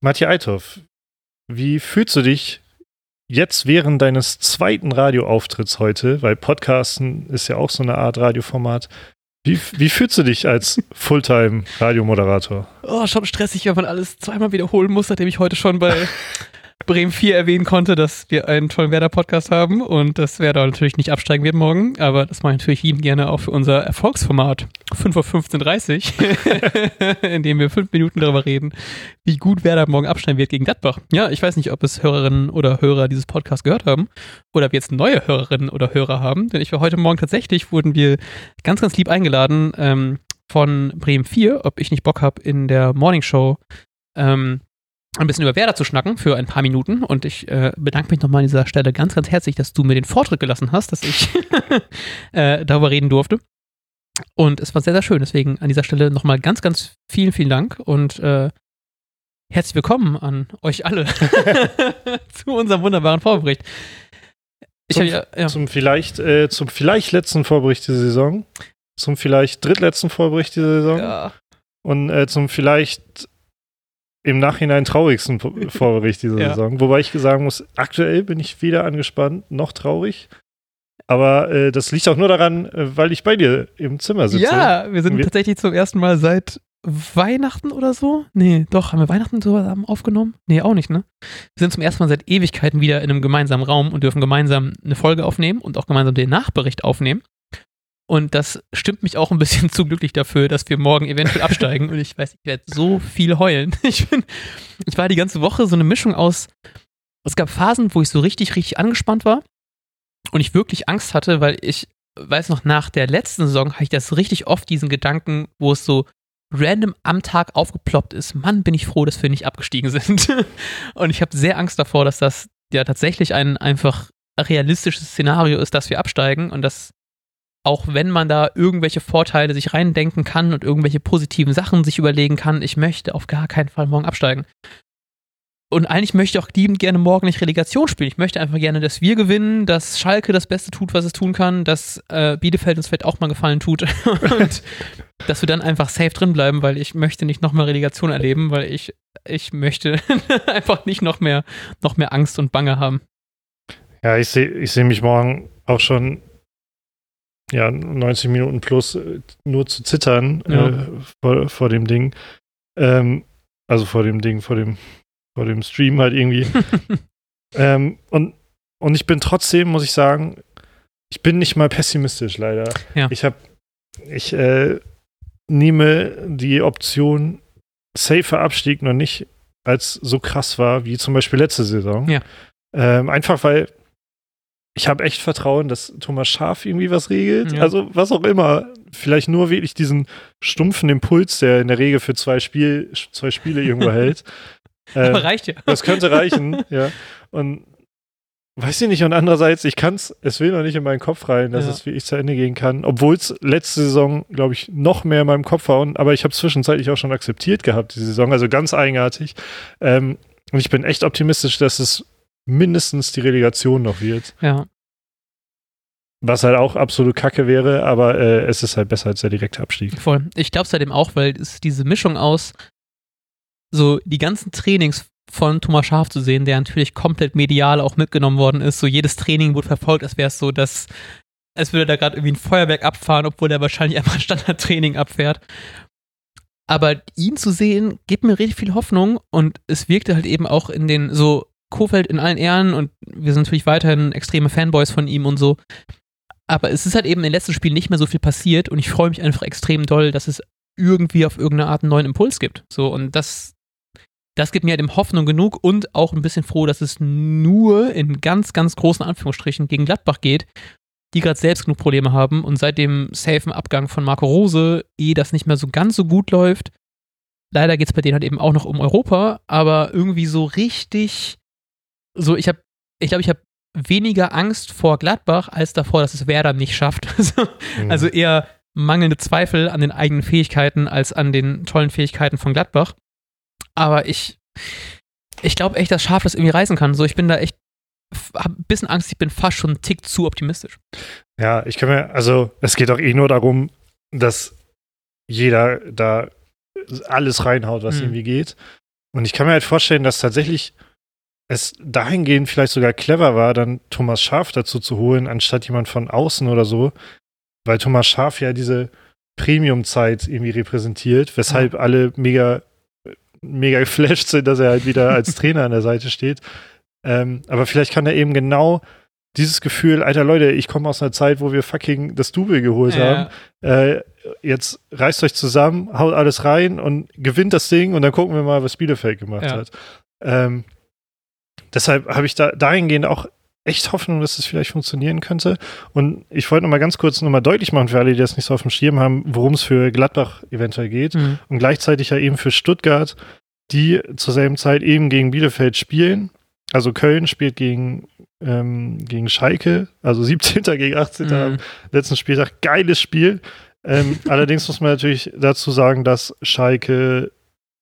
Matthias Althoff, wie fühlst du dich jetzt während deines zweiten Radioauftritts heute, weil Podcasten ist ja auch so eine Art Radioformat, wie fühlst du dich als Fulltime-Radiomoderator? Oh, schon stressig, wenn man alles zweimal wiederholen muss, nachdem ich heute schon bei Bremen 4 erwähnen konnte, dass wir einen tollen Werder-Podcast haben und dass Werder natürlich nicht absteigen wird morgen, aber das mache ich natürlich liebend gerne auch für unser Erfolgsformat 5:15:30 in dem wir 5 Minuten darüber reden, wie gut Werder morgen absteigen wird gegen Gladbach. Ja, ich weiß nicht, ob es Hörerinnen oder Hörer dieses Podcasts gehört haben oder ob wir jetzt neue Hörerinnen oder Hörer haben, denn ich war heute Morgen tatsächlich, wurden wir ganz, ganz lieb eingeladen von Bremen 4, ob ich nicht Bock habe, in der Morningshow ein bisschen über Werder zu schnacken für ein paar Minuten und ich bedanke mich nochmal an dieser Stelle ganz, ganz herzlich, dass du mir den Vortritt gelassen hast, dass ich darüber reden durfte und es war sehr, sehr schön, deswegen an dieser Stelle nochmal ganz, ganz vielen, vielen Dank und herzlich willkommen an euch alle zu unserem wunderbaren Vorbericht. Zum vielleicht letzten Vorbericht dieser Saison, zum vielleicht drittletzten Vorbericht dieser Saison und zum vielleicht im Nachhinein traurigsten Vorbericht dieser Saison. Wobei ich sagen muss, aktuell bin ich weder angespannt noch traurig. Aber das liegt auch nur daran, weil ich bei dir im Zimmer sitze. Ja, wir sind tatsächlich zum ersten Mal seit Weihnachten oder so. Nee, doch, haben wir Weihnachten zusammen aufgenommen? Nee, auch nicht, ne? Wir sind zum ersten Mal seit Ewigkeiten wieder in einem gemeinsamen Raum und dürfen gemeinsam eine Folge aufnehmen und auch gemeinsam den Nachbericht aufnehmen. Und das stimmt mich auch ein bisschen zu glücklich dafür, dass wir morgen eventuell absteigen. Und ich weiß, ich werde so viel heulen. Ich war die ganze Woche so eine Mischung aus, es gab Phasen, wo ich so richtig, richtig angespannt war und ich wirklich Angst hatte, weil ich weiß noch, nach der letzten Saison hatte ich das richtig oft, diesen Gedanken, wo es so random am Tag aufgeploppt ist. Mann, bin ich froh, dass wir nicht abgestiegen sind. Und ich habe sehr Angst davor, dass das ja tatsächlich ein einfach realistisches Szenario ist, dass wir absteigen und dass auch wenn man da irgendwelche Vorteile sich reindenken kann und irgendwelche positiven Sachen sich überlegen kann, ich möchte auf gar keinen Fall morgen absteigen. Und eigentlich möchte ich auch liebend gerne morgen nicht Relegation spielen. Ich möchte einfach gerne, dass wir gewinnen, dass Schalke das Beste tut, was es tun kann, dass Bielefeld uns vielleicht auch mal Gefallen tut und dass wir dann einfach safe drin bleiben, weil ich möchte nicht noch mehr Relegation erleben, weil ich möchte einfach nicht noch mehr Angst und Bange haben. Ja, ich seh mich morgen auch schon 90 Minuten plus nur zu zittern vor dem Ding. Also vor dem Stream halt irgendwie. Und ich bin trotzdem, muss ich sagen, ich bin nicht mal pessimistisch, leider. Ja. Ich nehme die Option safer Abstieg noch nicht als so krass war, wie zum Beispiel letzte Saison. Ja. Einfach weil ich habe echt Vertrauen, dass Thomas Schaaf irgendwie was regelt. Ja. Also was auch immer. Vielleicht nur wirklich diesen stumpfen Impuls, der in der Regel für zwei Spiele irgendwo hält. Aber reicht ja. Das könnte reichen, ja. Und weiß ich nicht, und andererseits, es will noch nicht in meinen Kopf rein, dass es wirklich zu Ende gehen kann. Obwohl es letzte Saison, glaube ich, noch mehr in meinem Kopf war. Aber ich habe es zwischenzeitlich auch schon akzeptiert gehabt, diese Saison. Also ganz eigenartig. Und ich bin echt optimistisch, dass es mindestens die Relegation noch wird. Ja. Was halt auch absolut kacke wäre, aber es ist halt besser als der direkte Abstieg. Voll. Ich glaube seitdem auch, weil es diese Mischung aus so die ganzen Trainings von Thomas Schaaf zu sehen, der natürlich komplett medial auch mitgenommen worden ist. So jedes Training wurde verfolgt, als wäre es so, dass es würde da gerade irgendwie ein Feuerwerk abfahren, obwohl er wahrscheinlich einfach ein Standardtraining abfährt. Aber ihn zu sehen, gibt mir richtig viel Hoffnung und es wirkte halt eben auch in den so Kohfeldt in allen Ehren und wir sind natürlich weiterhin extreme Fanboys von ihm und so. Aber es ist halt eben in den letzten Spielen nicht mehr so viel passiert und ich freue mich einfach extrem doll, dass es irgendwie auf irgendeine Art einen neuen Impuls gibt. So, und das gibt mir halt eben Hoffnung genug und auch ein bisschen froh, dass es nur in ganz, ganz großen Anführungsstrichen gegen Gladbach geht, die gerade selbst genug Probleme haben und seit dem safen Abgang von Marco Rose das nicht mehr so ganz so gut läuft. Leider geht es bei denen halt eben auch noch um Europa, aber irgendwie so richtig so, ich glaube, ich habe weniger Angst vor Gladbach als davor, dass es Werder nicht schafft. Also eher mangelnde Zweifel an den eigenen Fähigkeiten als an den tollen Fähigkeiten von Gladbach. Aber ich glaube echt, dass Schaaf das irgendwie reißen kann. So, ich bin da echt, habe ein bisschen Angst, ich bin fast schon einen Tick zu optimistisch. Ja, es geht auch nur darum, dass jeder da alles reinhaut, was irgendwie geht. Und ich kann mir halt vorstellen, dass tatsächlich es dahingehend vielleicht sogar clever war, dann Thomas Schaaf dazu zu holen, anstatt jemand von außen oder so, weil Thomas Schaaf ja diese Premium-Zeit irgendwie repräsentiert, weshalb alle mega geflasht sind, dass er halt wieder als Trainer an der Seite steht. Aber vielleicht kann er eben genau dieses Gefühl, Alter Leute, ich komme aus einer Zeit, wo wir fucking das Double geholt haben. Jetzt reißt euch zusammen, haut alles rein und gewinnt das Ding und dann gucken wir mal, was Bielefeld gemacht hat. Deshalb habe ich dahingehend auch echt Hoffnung, dass das vielleicht funktionieren könnte. Und ich wollte noch mal ganz kurz deutlich machen für alle, die das nicht so auf dem Schirm haben, worum es für Gladbach eventuell geht. Und gleichzeitig ja eben für Stuttgart, die zur selben Zeit eben gegen Bielefeld spielen. Also Köln spielt gegen Schalke, also 17. gegen 18. am letzten Spieltag. Geiles Spiel. Allerdings muss man natürlich dazu sagen, dass Schalke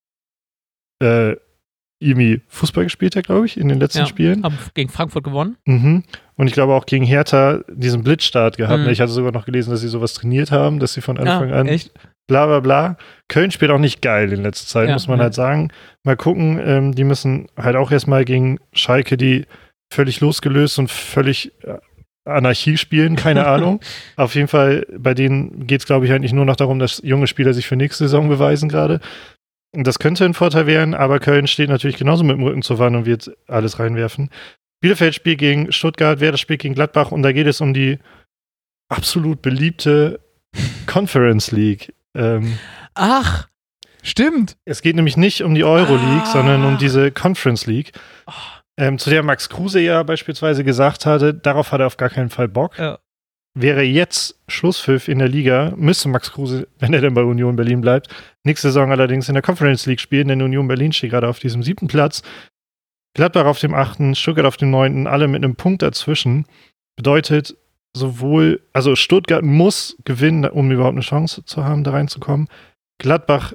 Fußball gespielt hat, glaube ich, in den letzten Spielen. Haben gegen Frankfurt gewonnen. Und ich glaube auch gegen Hertha diesen Blitzstart gehabt. Ich hatte sogar noch gelesen, dass sie sowas trainiert haben, dass sie von Anfang an echt? Bla bla bla. Köln spielt auch nicht geil in letzter Zeit, muss man halt sagen. Mal gucken, die müssen halt auch erstmal gegen Schalke, die völlig losgelöst und völlig Anarchie spielen, keine Ahnung. Auf jeden Fall, bei denen geht es, glaube ich, eigentlich nur noch darum, dass junge Spieler sich für nächste Saison beweisen gerade. Das könnte ein Vorteil werden, aber Köln steht natürlich genauso mit dem Rücken zur Wand und wird alles reinwerfen. Bielefeld spielt gegen Stuttgart, Werder spielt gegen Gladbach und da geht es um die absolut beliebte Conference League. Ach, stimmt. Es geht nämlich nicht um die Euroleague, sondern um diese Conference League. Zu der Max Kruse ja beispielsweise gesagt hatte, darauf hat er auf gar keinen Fall Bock. Ja. Wäre jetzt Schlusspfiff in der Liga, müsste Max Kruse, wenn er denn bei Union Berlin bleibt, nächste Saison allerdings in der Conference League spielen, denn Union Berlin steht gerade auf diesem 7. Platz. Gladbach auf dem 8., Stuttgart auf dem 9., alle mit einem Punkt dazwischen. Bedeutet also Stuttgart muss gewinnen, um überhaupt eine Chance zu haben, da reinzukommen. Gladbach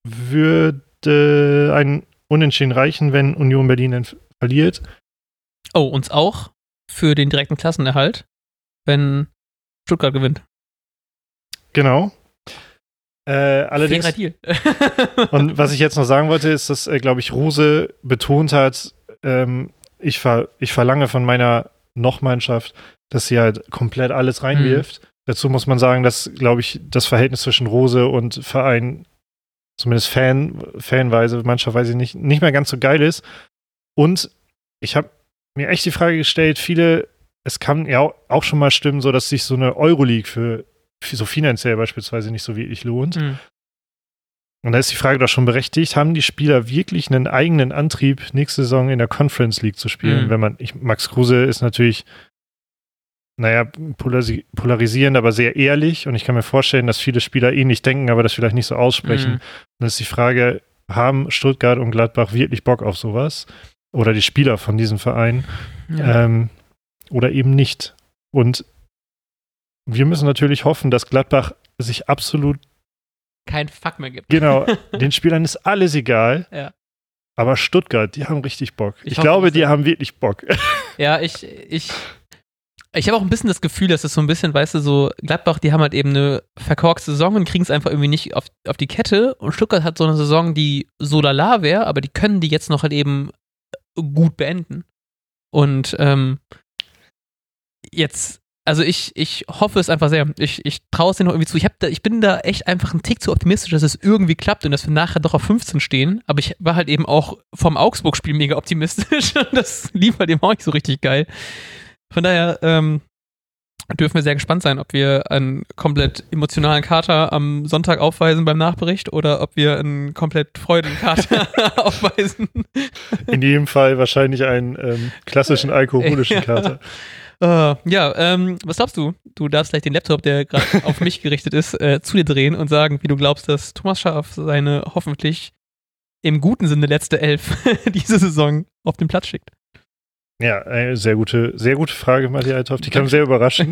würde ein Unentschieden reichen, wenn Union Berlin dann verliert. Oh, uns auch für den direkten Klassenerhalt, wenn Stuttgart gewinnt. Genau. Allerdings. Fairer Deal. Und was ich jetzt noch sagen wollte, ist, dass, glaube ich, Rose betont hat, ich verlange von meiner Noch-Mannschaft, dass sie halt komplett alles reinwirft. Dazu muss man sagen, dass, glaube ich, das Verhältnis zwischen Rose und Verein, zumindest fanweise, mannschaftsweise nicht mehr ganz so geil ist. Und ich habe mir echt die Frage gestellt, es kann ja auch schon mal stimmen, so dass sich so eine Euroleague für so finanziell beispielsweise nicht so wirklich lohnt. Und da ist die Frage doch schon berechtigt, haben die Spieler wirklich einen eigenen Antrieb, nächste Saison in der Conference League zu spielen? Max Kruse ist natürlich, polarisierend, aber sehr ehrlich und ich kann mir vorstellen, dass viele Spieler ähnlich denken, aber das vielleicht nicht so aussprechen. Und dann ist die Frage, haben Stuttgart und Gladbach wirklich Bock auf sowas? Oder die Spieler von diesem Verein? Oder eben nicht. Und wir müssen natürlich hoffen, dass Gladbach sich absolut kein Fuck mehr gibt. Genau, den Spielern ist alles egal. Ja. Aber Stuttgart, die haben richtig Bock. Ich glaube, die haben wirklich Bock. Ja, ich habe auch ein bisschen das Gefühl, dass es so ein bisschen, weißt du, so Gladbach, die haben halt eben eine verkorkste Saison und kriegen es einfach irgendwie nicht auf die Kette. Und Stuttgart hat so eine Saison, die so lala wäre, aber die können die jetzt noch halt eben gut beenden. Und jetzt, also ich hoffe es einfach sehr. Ich traue es denen noch irgendwie zu. Ich bin da echt einfach ein Tick zu optimistisch, dass es irgendwie klappt und dass wir nachher doch auf 15 stehen. Aber ich war halt eben auch vom Augsburg-Spiel mega optimistisch. Das lief halt eben auch nicht so richtig geil. Von daher dürfen wir sehr gespannt sein, ob wir einen komplett emotionalen Kater am Sonntag aufweisen beim Nachbericht oder ob wir einen komplett Freudenkater aufweisen. In jedem Fall wahrscheinlich einen klassischen alkoholischen Kater. Was glaubst du? Du darfst gleich den Laptop, der gerade auf mich gerichtet ist, zu dir drehen und sagen, wie du glaubst, dass Thomas Schaaf seine hoffentlich im guten Sinne letzte 11 diese Saison auf den Platz schickt. Ja, sehr gute Frage, Matthias Althoff. Die kam sehr überraschend.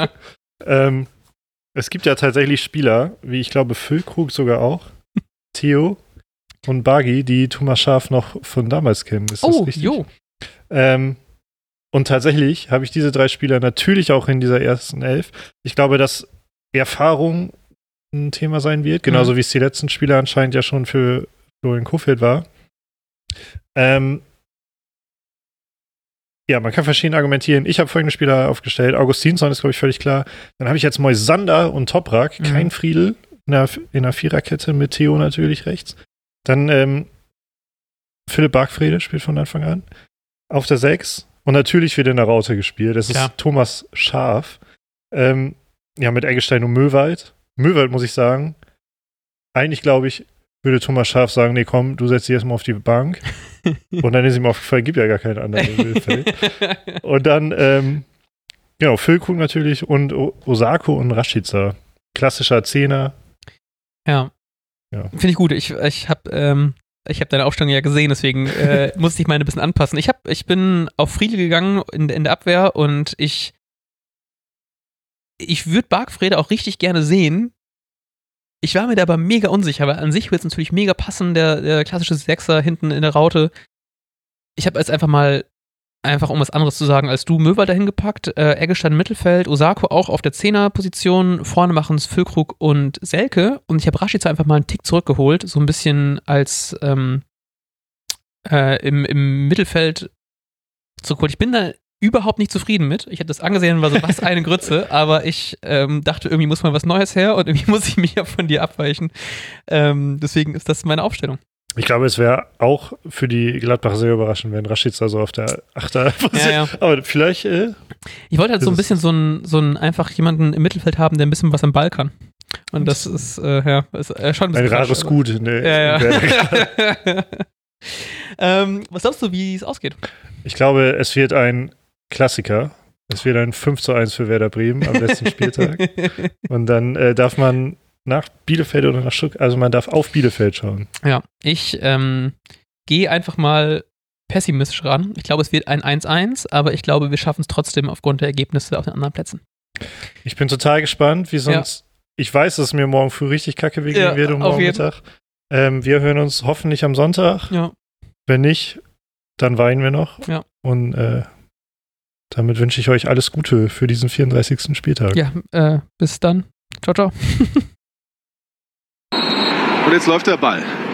Es gibt ja tatsächlich Spieler, wie ich glaube Füllkrug sogar auch, Theo und Bagi, die Thomas Schaaf noch von damals kennen. Ist das richtig? Jo. Und tatsächlich habe ich diese 3 Spieler natürlich auch in dieser ersten 11. Ich glaube, dass Erfahrung ein Thema sein wird, genauso wie es die letzten Spieler anscheinend ja schon für Florian Kohfeldt war. Ja, man kann verschieden argumentieren. Ich habe folgende Spieler aufgestellt. Augustinsson ist, glaube ich, völlig klar. Dann habe ich jetzt Moisander und Toprak, kein Friedl in der Viererkette mit Theo natürlich rechts. Dann Philipp Bargfrede spielt von Anfang an. Auf der 6. Und natürlich wird in der Raute gespielt. Das ist Thomas Schaaf. Mit Eggestein und Möwald. Möwald, muss ich sagen, eigentlich glaube ich, würde Thomas Schaaf sagen, nee, komm, du setzt dich erstmal auf die Bank. Und dann ist ihm aufgefallen, gibt ja gar keinen anderen im Mittelfeld. Und dann, Füllkrug natürlich und Osako und Rashica. Klassischer Zehner. Ja. Finde ich gut. Ich habe deine Aufstellung ja gesehen, deswegen musste ich meine ein bisschen anpassen. Ich bin auf Friedl gegangen in der Abwehr und ich würde Bargfrede auch richtig gerne sehen. Ich war mir da aber mega unsicher, weil an sich wird es natürlich mega passen, der klassische Sechser hinten in der Raute. Ich habe jetzt einfach um was anderes zu sagen, als du, Möwald dahin gepackt, Eggestein im Mittelfeld, Osako auch auf der 10er-Position, vorne machen es Füllkrug und Selke und ich habe Rashica einfach mal einen Tick zurückgeholt, so ein bisschen als im Mittelfeld zurückgeholt. Ich bin da überhaupt nicht zufrieden mit. Ich habe das angesehen, war so, was eine Grütze, aber ich dachte, irgendwie muss mal was Neues her und irgendwie muss ich mich ja von dir abweichen. Deswegen ist das meine Aufstellung. Ich glaube, es wäre auch für die Gladbacher sehr überraschend, wenn Rashica so auf der 8er Position. Ja. Aber vielleicht. Ich wollte halt so ein bisschen so einen einfach jemanden im Mittelfeld haben, der ein bisschen was am Ball kann. Und das ist, ist schon ein bisschen. Ein rares Gut. Was glaubst du, wie es ausgeht? Ich glaube, es wird ein Klassiker. Es wird ein 5:1 für Werder Bremen am letzten Spieltag. Und dann darf man nach Bielefeld oder nach Stuttgart, also man darf auf Bielefeld schauen. Ja, ich gehe einfach mal pessimistisch ran. Ich glaube, es wird ein 1:1, aber ich glaube, wir schaffen es trotzdem aufgrund der Ergebnisse auf den anderen Plätzen. Ich bin total gespannt, wie sonst. Ja. Ich weiß, dass es mir morgen früh richtig kacke wegen wird um morgen Mittag. Wir hören uns hoffentlich am Sonntag. Ja. Wenn nicht, dann weinen wir noch. Ja. Und damit wünsche ich euch alles Gute für diesen 34. Spieltag. Ja, bis dann. Ciao, ciao. Und jetzt läuft der Ball.